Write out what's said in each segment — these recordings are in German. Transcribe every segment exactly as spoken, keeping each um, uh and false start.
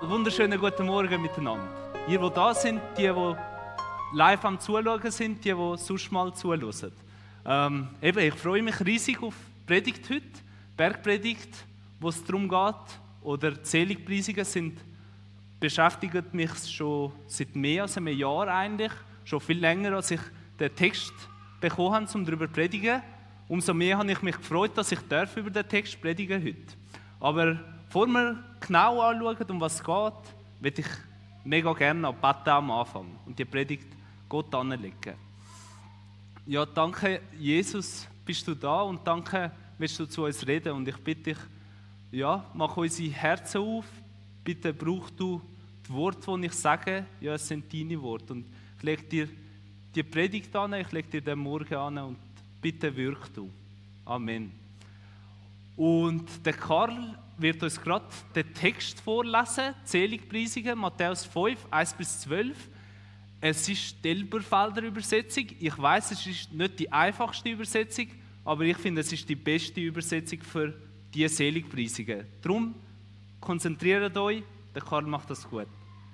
wunderschönen guten Morgen miteinander. Ihr, die da sind, die, die live am Zuschauen sind, die, die sonst mal zuhören. Ähm, eben, ich freue mich riesig auf die Predigt heute, Bergpredigt, wo es darum geht, oder die Seligpreisungen sind, beschäftigen mich schon seit mehr als einem Jahr eigentlich, schon viel länger, als ich den Text bekommen habe, um darüber zu predigen. Umso mehr habe ich mich gefreut, dass ich darf über den Text predigen heute. Aber bevor wir genau anschauen, um was es geht, würde ich mega gerne noch beten am Anfang und die Predigt Gott anlegen. Ja, danke, Jesus, bist du da und danke, willst du zu uns reden. Und ich bitte dich, ja, mach unsere Herzen auf. Bitte brauch du die Worte, die ich sage. Ja, es sind deine Worte. Und ich lege dir die Predigt an, ich lege dir den Morgen an und bitte wirk du. Amen. Und der Karl wird uns gerade den Text vorlesen, Seligpreisungen, Matthäus fünf, eins bis zwölf. Es ist die Elberfelder Übersetzung. Ich weiß, es ist nicht die einfachste Übersetzung, aber ich finde, es ist die beste Übersetzung für diese Seligpreisungen. Darum konzentriert euch, der Karl macht das gut.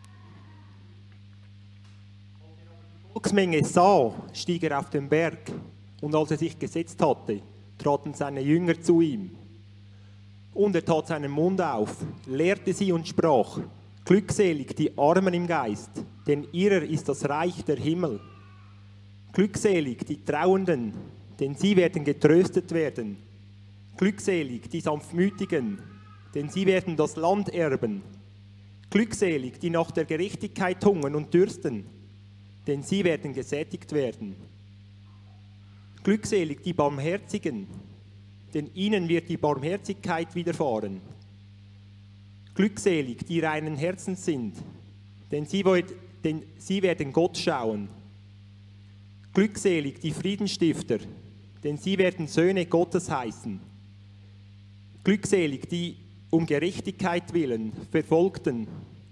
Die Volksmenge sah, stieg er auf den Berg, und als er sich gesetzt hatte, traten seine Jünger zu ihm. Und er tat seinen Mund auf, lehrte sie und sprach: Glückselig die Armen im Geist, denn ihrer ist das Reich der Himmel. Glückselig die Trauernden, denn sie werden getröstet werden. Glückselig die Sanftmütigen, denn sie werden das Land erben. Glückselig die nach der Gerechtigkeit hungern und dürsten, denn sie werden gesättigt werden. Glückselig die Barmherzigen, denn ihnen wird die Barmherzigkeit widerfahren. Glückselig die reinen Herzens sind, denn sie, denn sie werden Gott schauen. Glückselig die Friedensstifter, denn sie werden Söhne Gottes heißen. Glückselig die um Gerechtigkeit willen Verfolgten.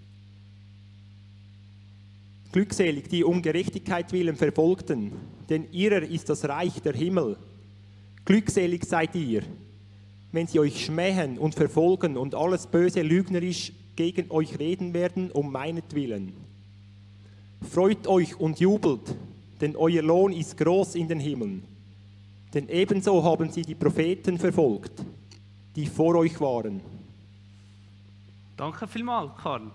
Glückselig die um Gerechtigkeit willen Verfolgten, denn ihrer ist das Reich der Himmel. Glückselig seid ihr, wenn sie euch schmähen und verfolgen und alles Böse lügnerisch gegen euch reden werden, um meinetwillen. Freut euch und jubelt, denn euer Lohn ist groß in den Himmeln. Denn ebenso haben sie die Propheten verfolgt, die vor euch waren. Danke vielmals, Karl.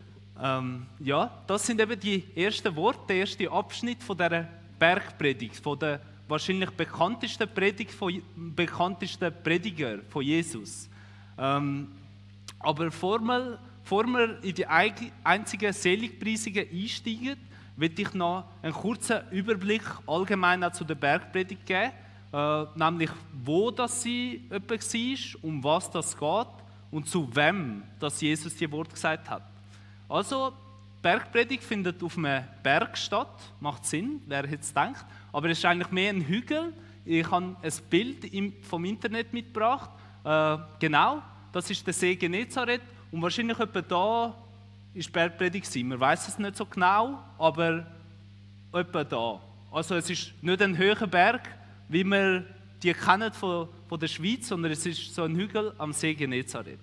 Ähm, ja, das sind eben die ersten Worte, der erste Abschnitt von dieser Bergpredigt, von der wahrscheinlich bekannteste Predigt von bekanntesten Prediger von Jesus. Ähm, aber bevor wir, bevor wir in die einzigen Seligpreisungen einsteigen, möchte ich noch einen kurzen Überblick allgemein auch zu der Bergpredigt geben, äh, nämlich wo das sie etwa war, um was das geht und zu wem das Jesus die Worte gesagt hat. Also, die Bergpredigt findet auf einem Berg statt, macht Sinn, wer jetzt denkt. Aber es ist eigentlich mehr ein Hügel. Ich habe ein Bild vom Internet mitgebracht. Äh, genau, das ist der See Genezareth. Und wahrscheinlich etwa da ist die Bergpredigt gewesen. Man weiß es nicht so genau, aber etwa da. Also es ist nicht ein hoher Berg, wie wir die kennen von, von der Schweiz, sondern es ist so ein Hügel am See Genezareth.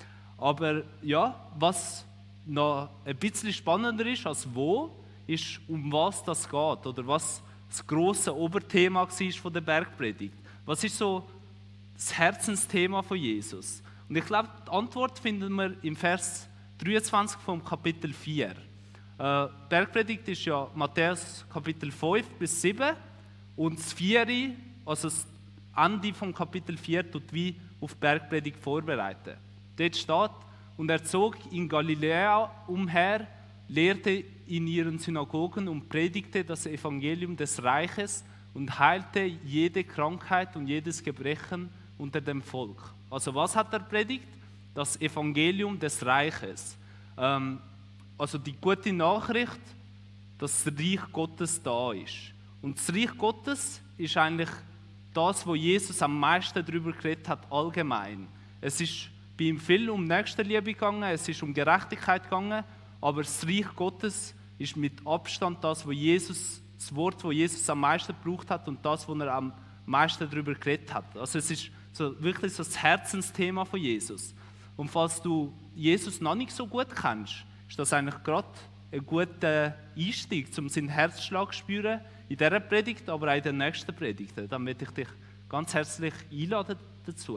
Aber ja, was noch ein bisschen spannender ist als wo, ist, um was das geht oder was das grosse Oberthema war von der Bergpredigt. Was ist so das Herzensthema von Jesus? Und ich glaube, die Antwort finden wir im Vers dreiundzwanzig vom Kapitel vier. Äh, die Bergpredigt ist ja Matthäus Kapitel fünf bis sieben und das vier, also das Ende vom Kapitel vier, tut wie auf die Bergpredigt vorbereiten. Dort steht: Und er zog in Galiläa umher, lehrte in ihren Synagogen und predigte das Evangelium des Reiches und heilte jede Krankheit und jedes Gebrechen unter dem Volk. Also was hat er predigt? Das Evangelium des Reiches. Ähm, also die gute Nachricht, dass das Reich Gottes da ist. Und das Reich Gottes ist eigentlich das, wo Jesus am meisten darüber geredet hat, allgemein. Es ist bei ihm viel um Nächstenliebe gegangen, es ist um Gerechtigkeit gegangen, aber das Reich Gottes ist mit Abstand das, wo Jesus, das Wort, das Jesus am meisten gebraucht hat und das, wo er am meisten darüber geredet hat. Also es ist so wirklich so das Herzensthema von Jesus. Und falls du Jesus noch nicht so gut kennst, ist das eigentlich gerade ein guter Einstieg, um seinen Herzschlag zu spüren in dieser Predigt, aber auch in den nächsten Predigten. Dann möchte ich dich ganz herzlich einladen dazu.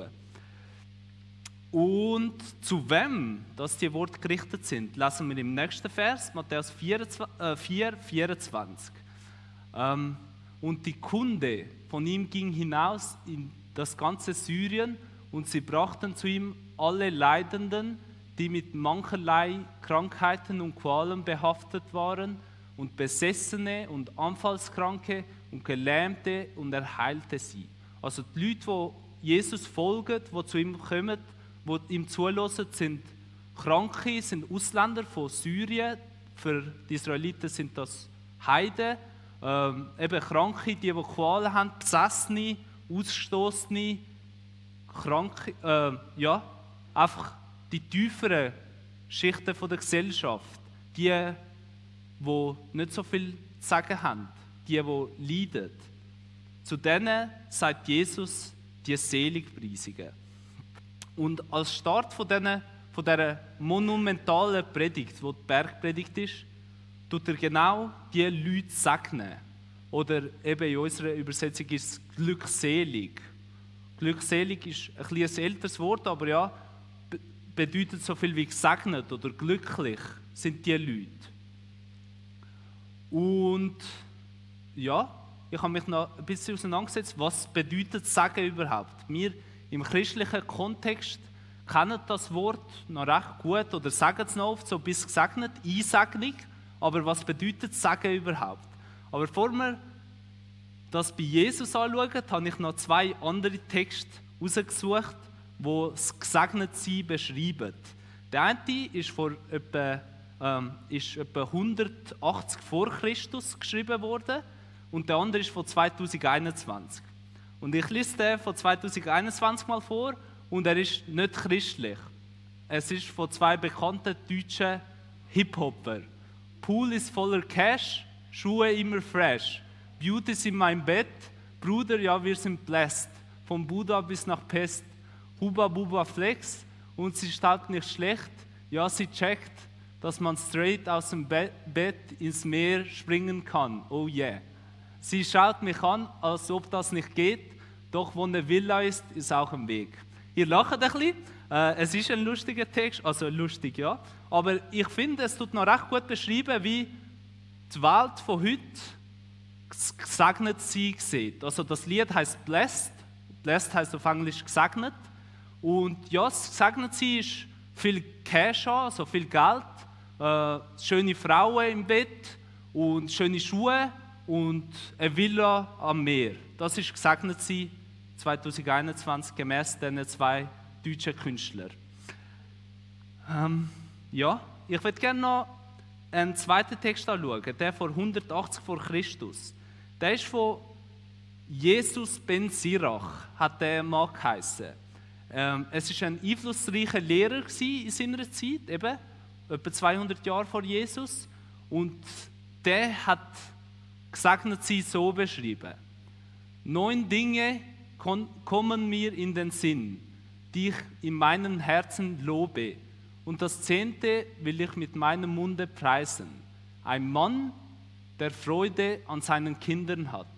Und zu wem dass die Worte gerichtet sind, lesen wir im nächsten Vers, Matthäus vier, vierundzwanzig. Ähm, und die Kunde von ihm ging hinaus in das ganze Syrien, und sie brachten zu ihm alle Leidenden, die mit mancherlei Krankheiten und Qualen behaftet waren, und Besessene und Anfallskranke und Gelähmte, und er heilte sie. Also die Leute, die Jesus folgen, die zu ihm kommen, die ihm zuhören, sind Kranke, sind Ausländer von Syrien. Für die Israeliten sind das Heiden. Ähm, eben Kranke, die, die Qualen haben, Besessene, Ausgestoßene, Kranke, äh, ja, einfach die tieferen Schichten von der Gesellschaft, die, die nicht so viel zu sagen haben, die, die leiden. Zu denen sagt Jesus die Seligpreisungen. Und als Start von, diesen, von dieser monumentalen Predigt, die die Bergpredigt ist, tut er genau diese Leute segnen. Oder eben in unserer Übersetzung ist es glückselig. Glückselig ist ein bisschen ein älteres Wort, aber ja, bedeutet so viel wie gesegnet oder glücklich sind die Leute. Und ja, ich habe mich noch ein bisschen auseinandergesetzt, was bedeutet Segen überhaupt? Wir im christlichen Kontext kennen das Wort noch recht gut oder sagen es noch oft so bis gesegnet, Einsegnung. Aber was bedeutet Segen überhaupt? Aber bevor wir das bei Jesus anschauen, habe ich noch zwei andere Texte herausgesucht, die das Gesegnetsein beschreiben. Der eine ist, vor etwa, ähm, ist etwa hundertachtzig vor Christus geschrieben worden und der andere ist von zweitausendeinundzwanzig. Und ich lese den von zweitausendeinundzwanzig mal vor und er ist nicht christlich. Es ist von zwei bekannten deutschen Hip-Hopper. Pool ist voller Cash, Schuhe immer fresh. Beauty ist in meinem Bett, Bruder, ja, wir sind blessed. Von Buddha bis nach Pest. Huba Buba Flex und sie ist halt nicht schlecht. Ja, sie checkt, dass man straight aus dem Be- Bett ins Meer springen kann. Oh yeah. Sie schaut mich an, als ob das nicht geht, doch wo eine Villa ist, ist auch ein Weg. Ihr lacht ein bisschen. Äh, es ist ein lustiger Text, also lustig, ja. Aber ich finde, es tut noch recht gut beschreiben, wie die Welt von heute gesegnet sein sieht. Also das Lied heißt Blessed. Blessed heißt auf Englisch gesegnet. Und ja, das gesegnet sein ist viel Cash an, also viel Geld, äh, schöne Frauen im Bett und schöne Schuhe und eine Villa am Meer. Das ist gesegnet sein zweitausendeinundzwanzig gemäß diesen zwei deutschen Künstlern. Ähm, ja, ich würde gerne noch einen zweiten Text anschauen, der von hundertachtzig vor Christus. Der ist von Jesus ben Sirach, hat der Mann geheissen. Ähm, es war ein einflussreicher Lehrer in seiner Zeit, eben, etwa zweihundert Jahre vor Jesus. Und der hat gesegnet sie so beschrieben: Neun Dinge kon- kommen mir in den Sinn, die ich in meinem Herzen lobe. Und das zehnte will ich mit meinem Munde preisen. Ein Mann, der Freude an seinen Kindern hat.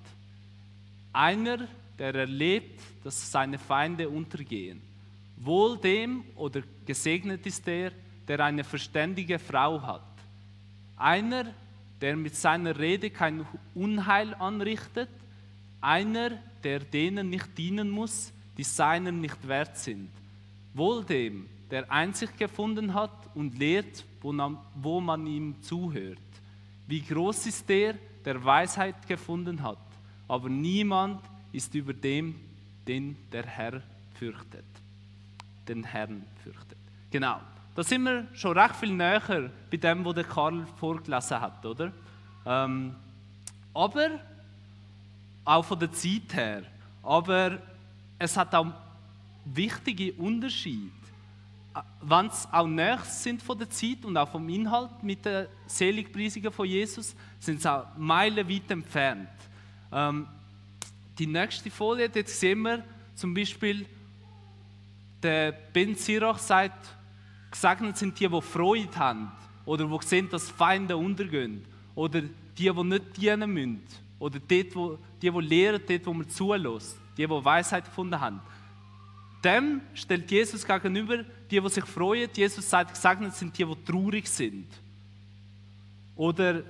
Einer, der erlebt, dass seine Feinde untergehen. Wohl dem oder gesegnet ist der, der eine verständige Frau hat. Einer, der mit seiner Rede kein Unheil anrichtet. Einer, der denen nicht dienen muss, die seinen nicht wert sind. Wohl dem, der Einsicht gefunden hat und lehrt, wo man ihm zuhört. Wie groß ist der, der Weisheit gefunden hat, aber niemand ist über dem, den der Herr fürchtet. Den Herrn fürchtet. Genau, da sind wir schon recht viel näher bei dem, was der Karl vorgelesen hat, oder? Ähm, aber, auch von der Zeit her, aber es hat auch wichtige Unterschiede. Wenn es auch näher sind von der Zeit und auch vom Inhalt mit den Seligpreisungen von Jesus, sind sie auch meilenweit entfernt. Ähm, die nächste Folie, dort sehen wir zum Beispiel, der Ben Sirach sagt, Gesegnet sind die, die Freude haben oder die sehen, dass Feinde untergehen oder die, die nicht dienen müssen oder dort, wo, die, die lehren, dort, wo man zulässt, die, die Weisheit gefunden haben. Dem stellt Jesus gegenüber die, die sich freuen. Jesus sagt, gesegnet sind die, die traurig sind. Oder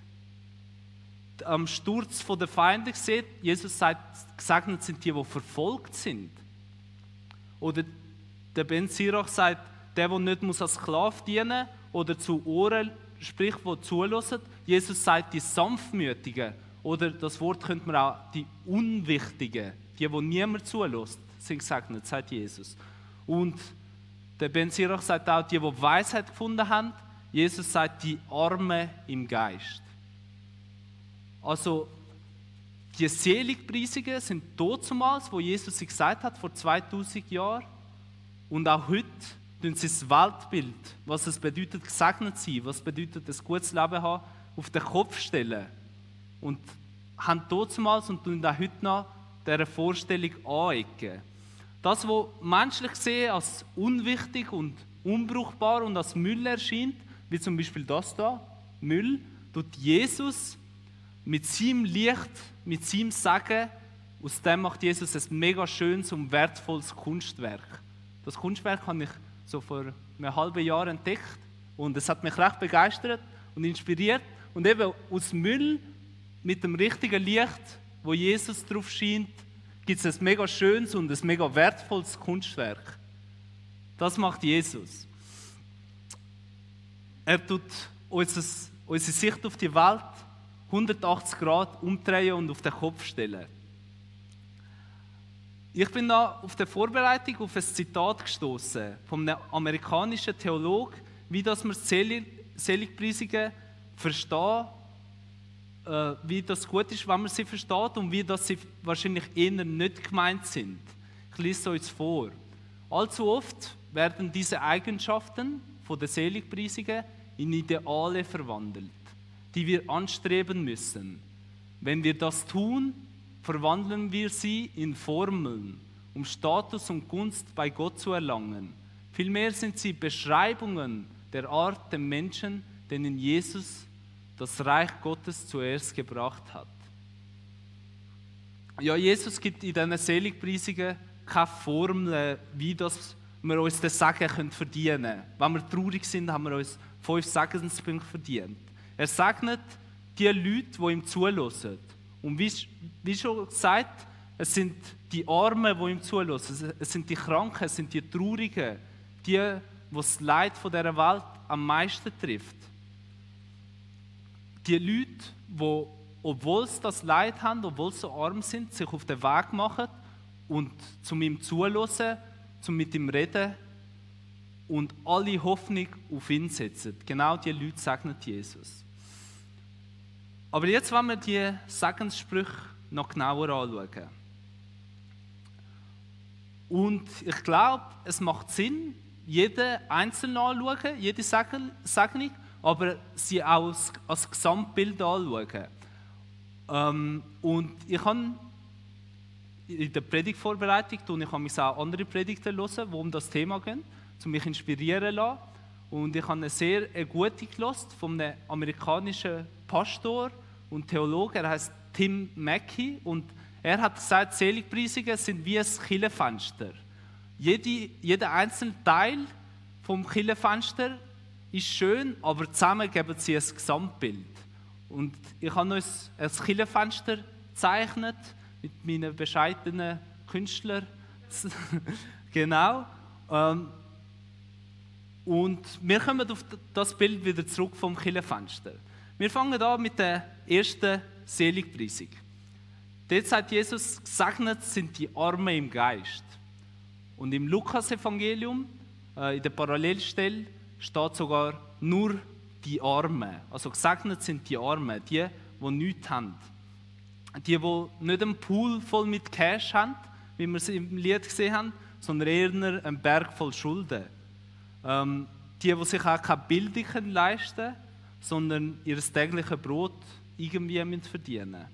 am Sturz der Feinde sieht, Jesus sagt, gesegnet sind die, die verfolgt sind. Oder der Ben Sirach sagt, der, der nicht muss als Sklave dienen oder zu Ohren spricht, die zulassen. Jesus sagt, die Sanftmütigen. Oder das Wort könnte man auch die Unwichtigen, die, die niemand zulässt, sind gesegnet, sagt Jesus. Und der Ben Sirach sagt auch, die, die Weisheit gefunden haben. Jesus sagt, die Armen im Geist. Also, die Seligpreisungen sind damals, wo Jesus sie gesagt hat, vor zweitausend Jahren. Und auch heute tun sie das Weltbild, was es bedeutet, gesegnet sein, was bedeutet, ein gutes Leben haben, auf den Kopf stellen. Und haben damals und tun auch heute noch dieser Vorstellung anecken. Das, was menschlich gesehen als unwichtig und unbrauchbar und als Müll erscheint, wie zum Beispiel das da, Müll, tut Jesus mit seinem Licht, mit seinem Segen, aus dem macht Jesus ein mega schönes und wertvolles Kunstwerk. Das Kunstwerk habe ich so vor einem halben Jahr entdeckt und es hat mich recht begeistert und inspiriert. Und eben aus Müll mit dem richtigen Licht, wo Jesus drauf scheint, gibt es ein mega schönes und ein mega wertvolles Kunstwerk. Das macht Jesus. Er tut unsere, unsere Sicht auf die Welt hundertachtzig Grad umdrehen und auf den Kopf stellen. Ich bin da auf der Vorbereitung auf ein Zitat gestoßen von einem amerikanischen Theologen, wie das man Selig, Seligpreisungen verstehen, äh, wie das gut ist, wenn man sie versteht und wie das sie wahrscheinlich eher nicht gemeint sind. Ich lese es euch vor. Allzu oft werden diese Eigenschaften von den Seligpreisungen in Ideale verwandelt, die wir anstreben müssen. Wenn wir das tun, verwandeln wir sie in Formeln, um Status und Gunst bei Gott zu erlangen. Vielmehr sind sie Beschreibungen der Art der Menschen, denen Jesus das Reich Gottes zuerst gebracht hat. Ja, Jesus gibt in diesen Seligpreisungen keine Formel, wie das wir uns den Segen verdienen können. Wenn wir traurig sind, haben wir uns fünf Segenspunkte verdient. Er segnet die Leute, die ihm zuhören. Und wie, wie schon gesagt, es sind die Armen, die ihm zuhören. Es sind die Kranken, es sind die Traurigen, die, die das Leid dieser Welt am meisten trifft. Die Leute, die, obwohl sie das Leid haben, obwohl sie so arm sind, sich auf den Weg machen und zu ihm zuhören, zum mit ihm reden und alle Hoffnung auf ihn setzen. Genau diese Leute segnet Jesus. Aber jetzt wollen wir die Segenssprüche noch genauer anschauen. Und ich glaube, es macht Sinn, jeden einzeln anschauen, jede Segnung, aber sie auch als, als Gesamtbild anschauen. Ähm, und ich habe in der Predigtvorbereitung und ich habe mich auch andere Predigten hören, die um das Thema gehen, um mich inspirieren zu lassen. Und ich habe eine sehr eine gute gehört von einem amerikanischen Pastor und Theologe, er heißt Tim Mackie, und er hat gesagt, Seligpreisungen sind wie ein Kirchenfenster. Jede, jeder einzelne Teil vom Kirchenfenster ist schön, aber zusammen geben sie ein Gesamtbild. Und ich habe uns ein Kirchenfenster gezeichnet mit meinen bescheidenen Künstlern. Genau. Ähm, und wir kommen auf das Bild wieder zurück vom Kirchenfenster. Wir fangen an mit der ersten Seligpreisung. Dort sagt Jesus, gesegnet sind die Armen im Geist. Und im Lukas-Evangelium, äh, in der Parallelstelle, steht sogar nur die Armen. Also gesegnet sind die Armen, die, die nichts haben. Die, die nicht einen Pool voll mit Cash haben, wie wir es im Lied gesehen haben, sondern eher einen Berg voll Schulden. Ähm, die, die sich auch keine Bildung leisten können, sondern ihr tägliches Brot irgendwie verdienen müssen.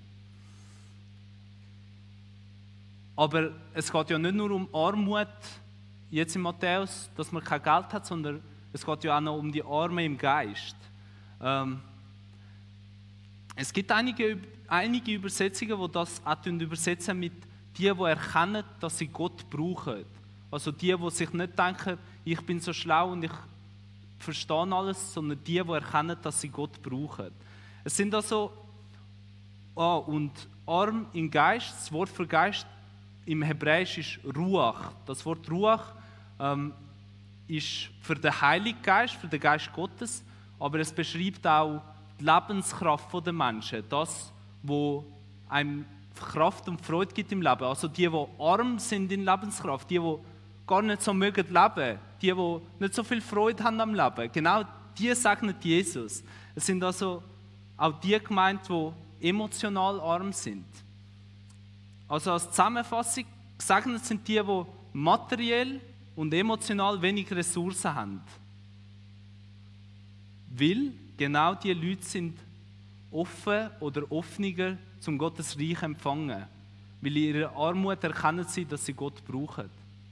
Aber es geht ja nicht nur um Armut, jetzt in Matthäus, dass man kein Geld hat, sondern es geht ja auch noch um die Armen im Geist. Ähm, es gibt einige, einige Übersetzungen, die das auch übersetzen mit die, die erkennen, dass sie Gott brauchen. Also die, die sich nicht denken, ich bin so schlau und ich verstehe alles, sondern die, die erkennen, dass sie Gott brauchen. Es sind also, ah, und arm im Geist, das Wort für Geist im Hebräisch ist Ruach. Das Wort Ruach ähm, ist für den Heiligen Geist, für den Geist Gottes, aber es beschreibt auch die Lebenskraft der Menschen, das, was einem Kraft und Freude gibt im Leben. Also die, die arm sind in Lebenskraft, die, die gar nicht so mögen leben, die, die nicht so viel Freude haben am Leben, genau die segnet Jesus. Es sind also auch die gemeint, die emotional arm sind. Also als Zusammenfassung, gesegnet sind die, die materiell und emotional wenig Ressourcen haben. Weil genau diese Leute sind offen oder offener zum Gottes Reich empfangen. Weil in ihrer Armut erkennen sie, dass sie Gott brauchen.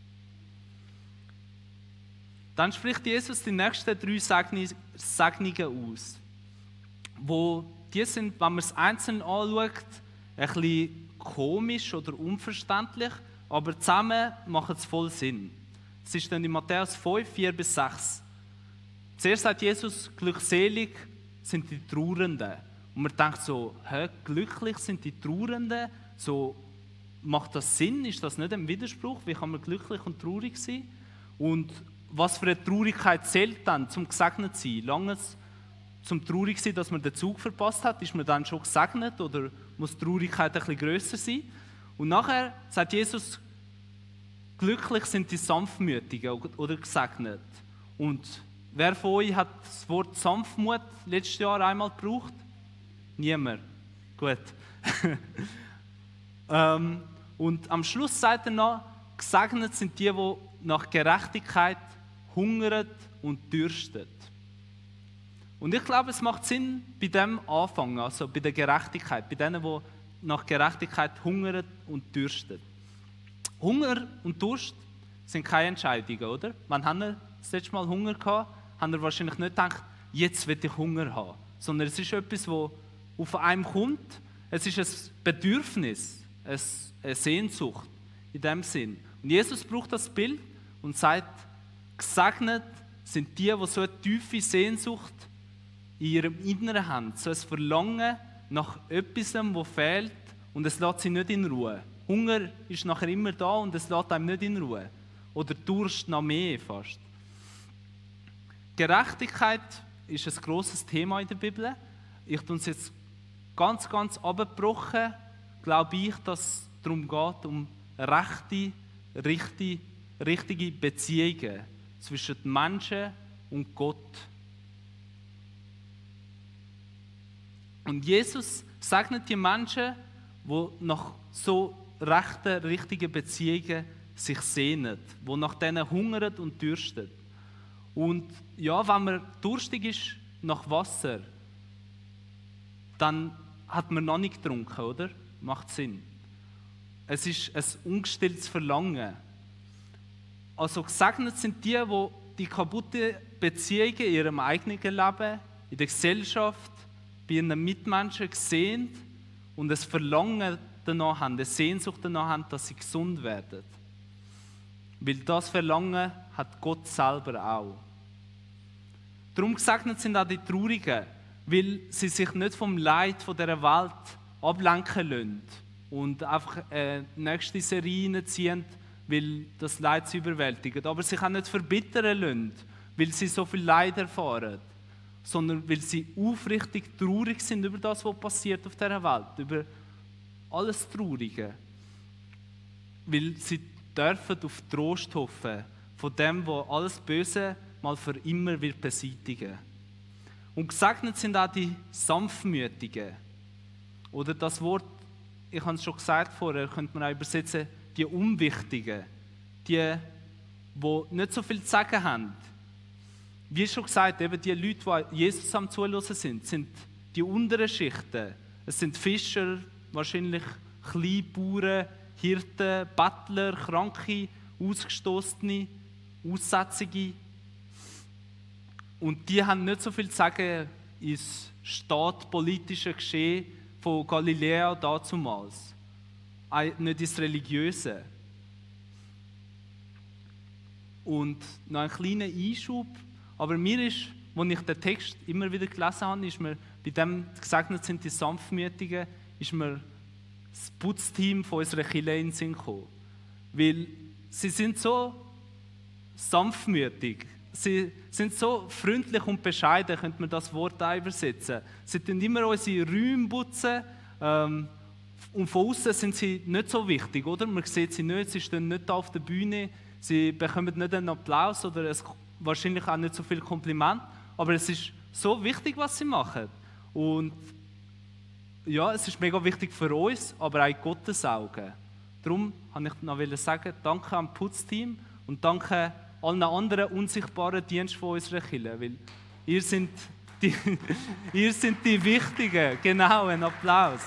Dann spricht Jesus die nächsten drei Segnungen aus. Wo die sind, wenn man es einzeln anschaut, ein bisschen komisch oder unverständlich, aber zusammen macht es voll Sinn. Es ist dann in Matthäus fünf, vier bis sechs. Zuerst sagt Jesus, glückselig sind die Trauernden. Und man denkt so, hä, glücklich sind die Trauernden? So, macht das Sinn? Ist das nicht ein Widerspruch? Wie kann man glücklich und traurig sein? Und was für eine Traurigkeit zählt dann zum gesegnet sein? Lange zum traurig sein, dass man den Zug verpasst hat, ist man dann schon gesegnet oder muss die Traurigkeit ein bisschen grösser sein? Und nachher sagt Jesus, glücklich sind die Sanftmütigen oder gesegnet. Und wer von euch hat das Wort Sanftmut letztes Jahr einmal gebraucht? Niemand. Gut. ähm, und am Schluss sagt er noch, gesegnet sind die, die nach Gerechtigkeit hungern und dürsten. Und ich glaube, es macht Sinn, bei dem anfangen, also bei der Gerechtigkeit, bei denen, die nach Gerechtigkeit hungern und dürsten. Hunger und Durst sind keine Entscheidungen, oder? Wann haben wir das letzte Mal Hunger gehabt? Haben wir wahrscheinlich nicht gedacht, jetzt will ich Hunger haben. Sondern es ist etwas, das auf einem kommt. Es ist ein Bedürfnis, eine Sehnsucht in dem Sinn. Und Jesus braucht das Bild und sagt, gesegnet sind die, die so eine tiefe Sehnsucht in ihrem Inneren haben. So ein Verlangen nach etwas, das fehlt und es lässt sie nicht in Ruhe. Hunger ist nachher immer da und es lässt einem nicht in Ruhe. Oder Durst nach mehr fast. Gerechtigkeit ist ein grosses Thema in der Bibel. Ich tue es jetzt ganz, ganz abgebrochen, glaube ich, dass es darum geht, um rechte, richtige, richtige Beziehungen zwischen den Menschen und Gott. Und Jesus segnet die Menschen, die nach so rechten, richtigen Beziehungen sich sehnen, die nach denen hungern und dürsten. Und ja, wenn man durstig ist nach Wasser, dann hat man noch nicht getrunken, oder? Macht Sinn. Es ist ein ungestilltes Verlangen. Also gesegnet sind die, die die kaputten Beziehungen in ihrem eigenen Leben, in der Gesellschaft, bei ihren Mitmenschen sehen und ein Verlangen danach haben, eine Sehnsucht danach haben, dass sie gesund werden. Weil das Verlangen hat Gott selber auch. Darum gesegnet sind auch die Traurigen, weil sie sich nicht vom Leid dieser Welt ablenken lassen und einfach eine nächste Serie reinziehen, weil das Leid sie überwältigt. Aber sich auch nicht verbittern lassen, weil sie so viel Leid erfahren, sondern weil sie aufrichtig traurig sind über das, was passiert auf dieser Welt, über alles Traurige. Weil sie dürfen auf Trost hoffen von dem, was alles Böse mal für immer wird beseitigen. Und gesegnet sind auch die Sanftmütigen. Oder das Wort, ich habe es schon gesagt vorher, könnte man auch übersetzen, die Unwichtigen. Die, die nicht so viel zu sagen haben. Wie schon gesagt, eben die Leute, die Jesus am Zuhören sind, sind die unteren Schichten. Es sind Fischer, wahrscheinlich Kleinbauern, Hirten, Bettler, Kranke, Ausgestoßene, Aussätzige. Und die haben nicht so viel zu sagen ins staatspolitische Geschehen von Galiläa dazumals. Nicht ins Religiöse. Und noch ein kleiner Einschub, aber mir ist, als ich den Text immer wieder gelesen habe, ist mir, bei dem gesegnet sind die Sanftmütigen, ist mir das Putzteam von unserer Kirche in den Sinn gekommen. Weil sie sind so sanftmütig, sie sind so freundlich und bescheiden, könnte man das Wort auch übersetzen. Sie tun immer unsere Räume putzen, ähm, und von außen sind sie nicht so wichtig, oder? Man sieht sie nicht, sie stehen nicht auf der Bühne, sie bekommen nicht einen Applaus oder es, wahrscheinlich auch nicht so viel Kompliment, aber es ist so wichtig, was sie machen. Und ja, es ist mega wichtig für uns, aber auch in Gottes Augen. Darum wollte ich noch sagen, danke am Putzteam und danke allen anderen unsichtbaren Diensten von unserer Kirche, weil ihr seid die, ihr seid die Wichtigen. Genau, ein Applaus.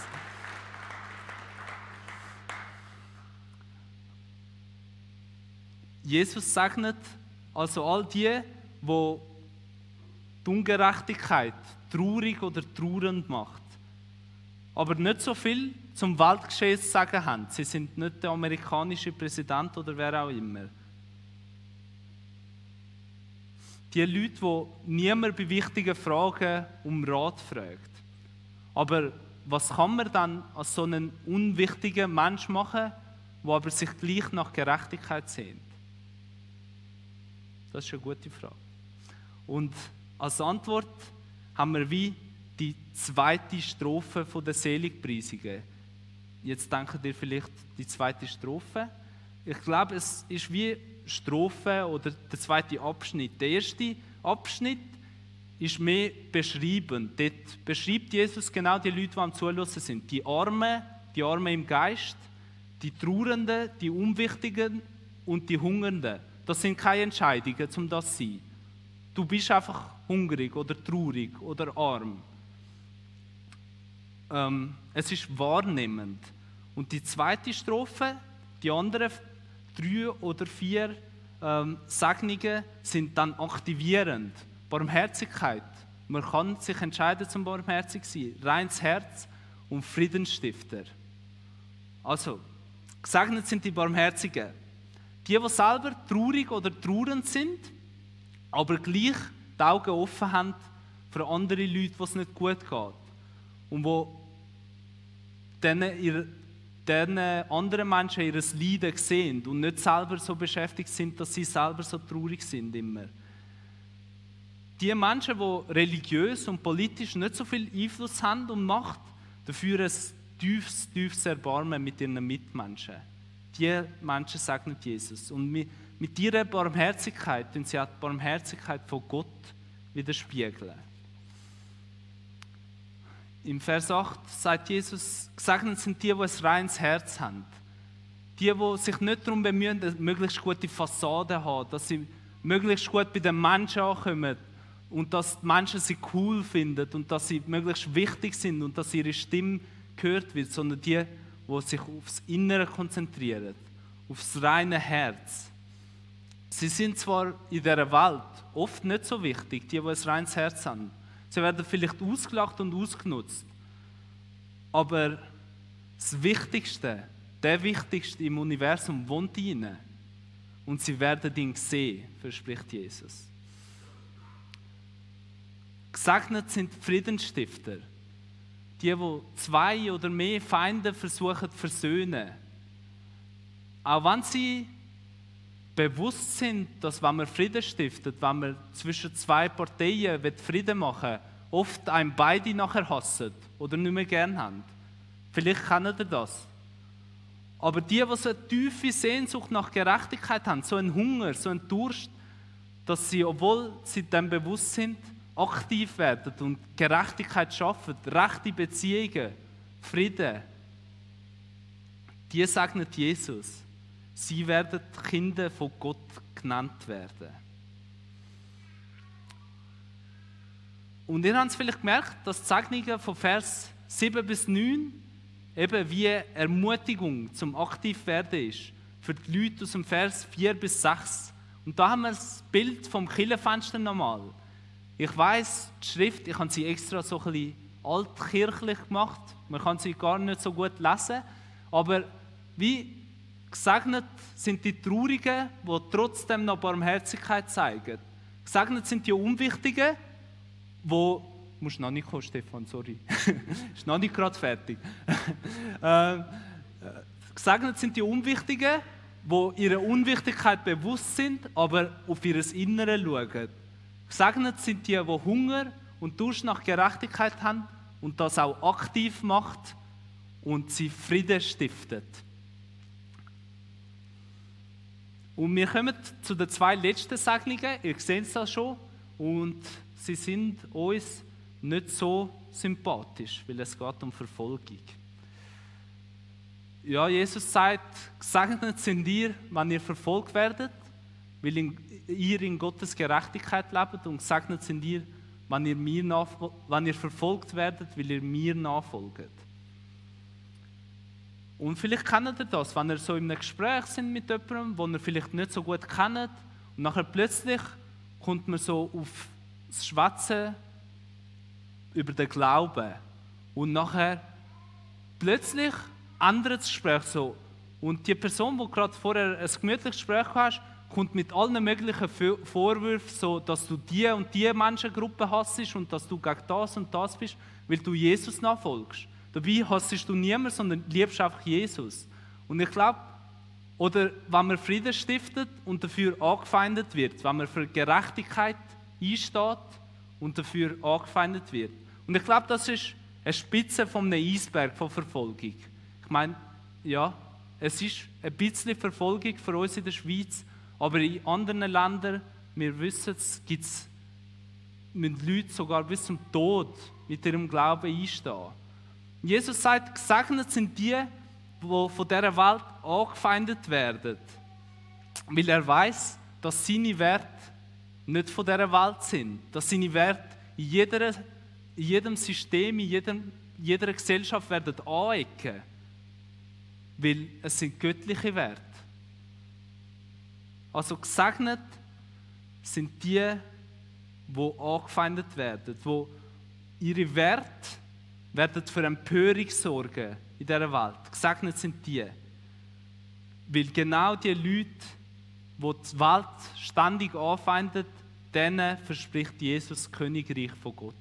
Jesus segnet also all die, die die Ungerechtigkeit traurig oder trauernd macht, aber nicht so viel zum Weltgeschehen zu sagen haben. Sie sind nicht der amerikanische Präsident oder wer auch immer. Die Leute, die niemand bei wichtigen Fragen um Rat fragt. Aber was kann man dann als so einen unwichtigen Mensch machen, der aber sich gleich nach Gerechtigkeit sehnt? Das ist eine gute Frage. Und als Antwort haben wir wie die zweite Strophe der Seligpreisungen. Jetzt denkt ihr vielleicht die zweite Strophe. Ich glaube, es ist wie Strophe oder der zweite Abschnitt. Der erste Abschnitt ist mehr beschreibend. Dort beschreibt Jesus genau die Leute, die am Zuhören sind. Die Armen, die Armen im Geist, die Trauernden, die Unwichtigen und die Hungernden. Das sind keine Entscheidungen, um das zu sein. Du bist einfach hungrig oder traurig oder arm. Ähm, es ist wahrnehmend. Und die zweite Strophe, die anderen drei oder vier ähm, Segnungen sind dann aktivierend. Barmherzigkeit. Man kann sich entscheiden, zum barmherzig zu sein. Reines Herz und Friedensstifter. Also, gesegnet sind die Barmherzigen. Die, die selber traurig oder trauernd sind, aber gleich die Augen offen haben für andere Leute, wo es nicht gut geht. Und wo denen, ihre, denen anderen Menschen ihr Leiden sehen und nicht selber so beschäftigt sind, dass sie selber so traurig sind immer. Die Menschen, die religiös und politisch nicht so viel Einfluss haben und Macht, dafür ein tiefes, tiefes Erbarmen mit ihren Mitmenschen. Die Menschen segnet Jesus. Und mit, mit ihrer Barmherzigkeit tun sie auch die Barmherzigkeit von Gott widerspiegeln. Im Vers acht sagt Jesus, gesegnet sind die, die ein reines Herz haben. Die, die sich nicht darum bemühen, eine möglichst gute Fassade zu haben, dass sie möglichst gut bei den Menschen ankommen und dass die Menschen sie cool finden und dass sie möglichst wichtig sind und dass ihre Stimme gehört wird, sondern die, die sich aufs Innere konzentrieren, aufs reine Herz. Sie sind zwar in dieser Welt oft nicht so wichtig, die, die ein reines Herz haben. Sie werden vielleicht ausgelacht und ausgenutzt. Aber das Wichtigste, der Wichtigste im Universum wohnt in ihnen. Und sie werden ihn sehen, verspricht Jesus. Gesegnet sind die Friedensstifter. Die, die zwei oder mehr Feinde versuchen zu versöhnen. Auch wenn sie bewusst sind, dass wenn man Frieden stiftet, wenn man zwischen zwei Parteien Frieden machen will, oft einem beide nachher hassen oder nicht mehr gern haben. Vielleicht kennt ihr das. Aber die, die so eine tiefe Sehnsucht nach Gerechtigkeit haben, so einen Hunger, so einen Durst, dass sie, obwohl sie dem bewusst sind, aktiv werden und Gerechtigkeit schaffen, rechte Beziehungen, Frieden, die segnet Jesus. Sie werden Kinder von Gott genannt werden. Und ihr habt es vielleicht gemerkt, dass die Segnungen von Vers sieben bis neun eben wie Ermutigung zum Aktivwerden ist für die Leute aus dem Vers vier bis sechs. Und da haben wir das Bild vom Kirchenfenster nochmal. Ich weiss, die Schrift, ich habe sie extra so ein bisschen altkirchlich gemacht. Man kann sie gar nicht so gut lesen. Aber wie gesegnet sind die Traurigen, die trotzdem noch Barmherzigkeit zeigen. Gesegnet sind die Unwichtigen, die... Du musst noch nicht kommen, Stefan, sorry. Ist noch nicht gerade fertig. äh, gesegnet sind die Unwichtigen, die ihrer Unwichtigkeit bewusst sind, aber auf ihr Innere schauen. Gesegnet sind die, die Hunger und Durst nach Gerechtigkeit haben und das auch aktiv macht und sie Frieden stiftet. Und wir kommen zu den zwei letzten Segnungen. Ihr seht das schon. Und sie sind uns nicht so sympathisch, weil es geht um Verfolgung. Ja, Jesus sagt, gesegnet sind ihr, wenn ihr verfolgt werdet, weil ihr in Gottes Gerechtigkeit lebt, und gesegnet sind ihr, wenn ihr, mir nachfol- wenn ihr verfolgt werdet, weil ihr mir nachfolgt. Und vielleicht kennt ihr das, wenn ihr so in einem Gespräch sind mit jemandem, den ihr vielleicht nicht so gut kennt, und nachher plötzlich kommt man so auf das Schwätzen über den Glauben. Und nachher plötzlich ändert das Gespräch so. Und die Person, die gerade vorher ein gemütliches Gespräch hast, kommt mit allen möglichen Vorwürfen, so, dass du die und die Menschengruppe hassest und dass du gegen das und das bist, weil du Jesus nachfolgst. Dabei hassest du niemanden, sondern liebst einfach Jesus. Und ich glaube, oder wenn man Frieden stiftet und dafür angefeindet wird, wenn man für Gerechtigkeit einsteht und dafür angefeindet wird. Und ich glaube, das ist eine Spitze von einem Eisberg von Verfolgung. Ich meine, ja, es ist ein bisschen Verfolgung für uns in der Schweiz, aber in anderen Ländern, wir wissen es, gibt es Leute sogar bis zum Tod mit ihrem Glauben einstehen. Jesus sagt, gesegnet sind die, die von dieser Welt angefeindet werden, weil er weiß, dass seine Werte nicht von dieser Welt sind, dass seine Werte in, jeder, in jedem System, in jedem, jeder Gesellschaft werden anecken, weil es sind göttliche Werte. Also gesegnet sind die, die angefeindet werden, die ihre Werte werden für Empörung sorgen in dieser Welt. Gesegnet sind die. Weil genau die Leute, die die Welt ständig anfeindet, denen verspricht Jesus das Königreich von Gott.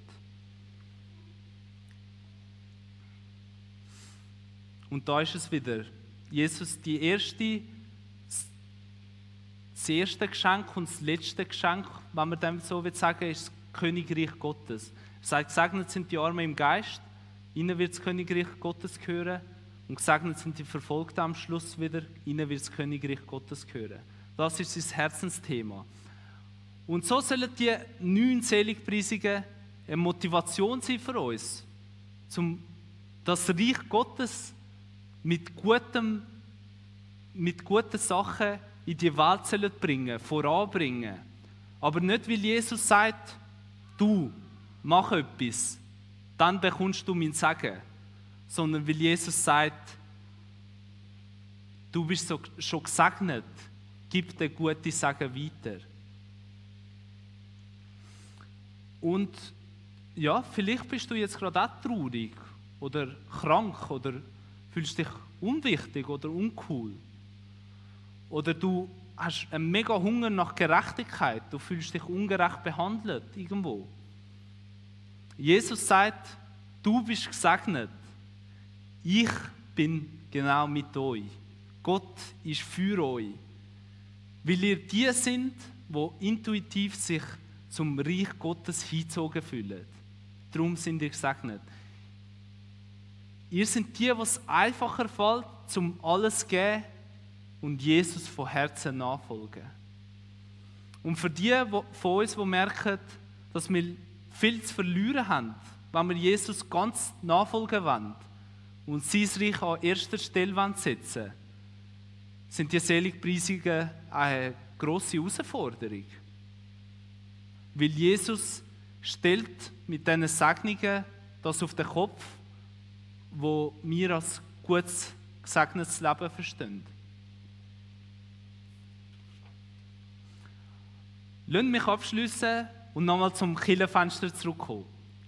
Und da ist es wieder. Jesus, die erste, das erste Geschenk und das letzte Geschenk, wenn man dem so sagen will, ist das Königreich Gottes. Er sagt, gesegnet sind die Armen im Geist, ihnen wird das Königreich Gottes gehören, und gesegnet sind die Verfolgten am Schluss wieder, ihnen wird das Königreich Gottes gehören. Das ist sein Herzensthema. Und so sollen die neun Seligpreisungen eine Motivation sein für uns, um das Reich Gottes mit, gutem, mit guten Sachen in die Welt zu bringen, voranbringen. Aber nicht, weil Jesus sagt, du, mach etwas, dann bekommst du mein Segen, sondern weil Jesus sagt, du bist so, schon gesegnet, gib dir gute Segen weiter. Und ja, vielleicht bist du jetzt gerade auch traurig oder krank oder fühlst dich unwichtig oder uncool. Oder du hast einen mega Hunger nach Gerechtigkeit, du fühlst dich ungerecht behandelt irgendwo. Jesus sagt, du bist gesegnet. Ich bin genau mit euch. Gott ist für euch. Weil ihr die sind, die intuitiv sich zum Reich Gottes hingezogen fühlen. Darum sind ihr gesegnet. Ihr seid die, was einfacher fällt, zum alles zu geben und Jesus von Herzen nachfolgen. Und für die von uns, die merken, dass wir viel zu verlieren haben, wenn wir Jesus ganz nachfolgen wollen und sein Reich an erster Stelle setzen wollen, sind die Seligpreisungen eine grosse Herausforderung. Weil Jesus stellt mit diesen Segnungen das auf den Kopf, wo wir als gutes, gesegnetes Leben verstehen. Lasst mich abschliessen und nochmal zum Kirchenfenster zurückkommen.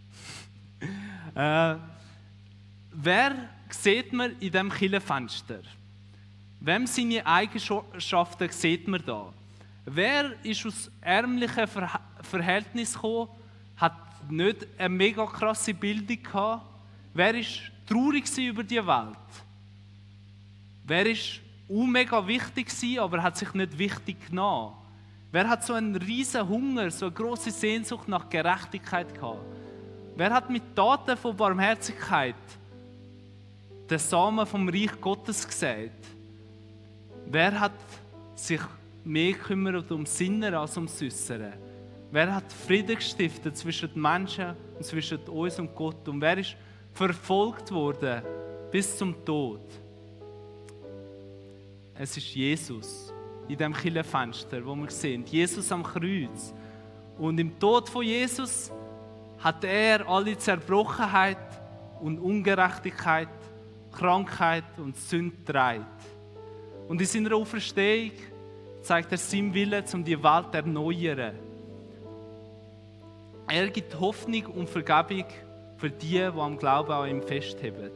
äh, wer sieht man in diesem Kirchenfenster? Wem seine Eigenschaften sieht man da? Wer ist aus ärmlichen Ver- Verhältnissen gekommen, hat nicht eine mega krasse Bildung gehabt? Wer war traurig über die Welt? Wer war mega wichtig gewesen, aber hat sich nicht wichtig genommen? Wer hat so einen riesen Hunger, so eine grosse Sehnsucht nach Gerechtigkeit gehabt? Wer hat mit Taten von Barmherzigkeit den Samen vom Reich Gottes gesät? Wer hat sich mehr gekümmert ums Innere als ums Äußere? Wer hat Frieden gestiftet zwischen den Menschen und zwischen uns und Gott? Und wer ist verfolgt worden bis zum Tod? Es ist Jesus in dem Kirchenfenster, wo wir sehen. Jesus am Kreuz. Und im Tod von Jesus hat er alle Zerbrochenheit und Ungerechtigkeit, Krankheit und Sünde getragen. Und in seiner Auferstehung zeigt er seinen Willen, um die Welt zu erneuern. Er gibt Hoffnung und Vergebung für die, die am Glauben an ihm festheben.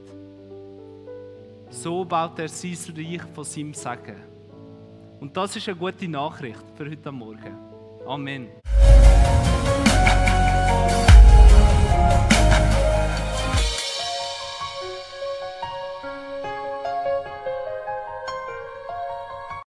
So baut er sein Reich von seinem Segen. Und das ist eine gute Nachricht für heute Morgen. Amen.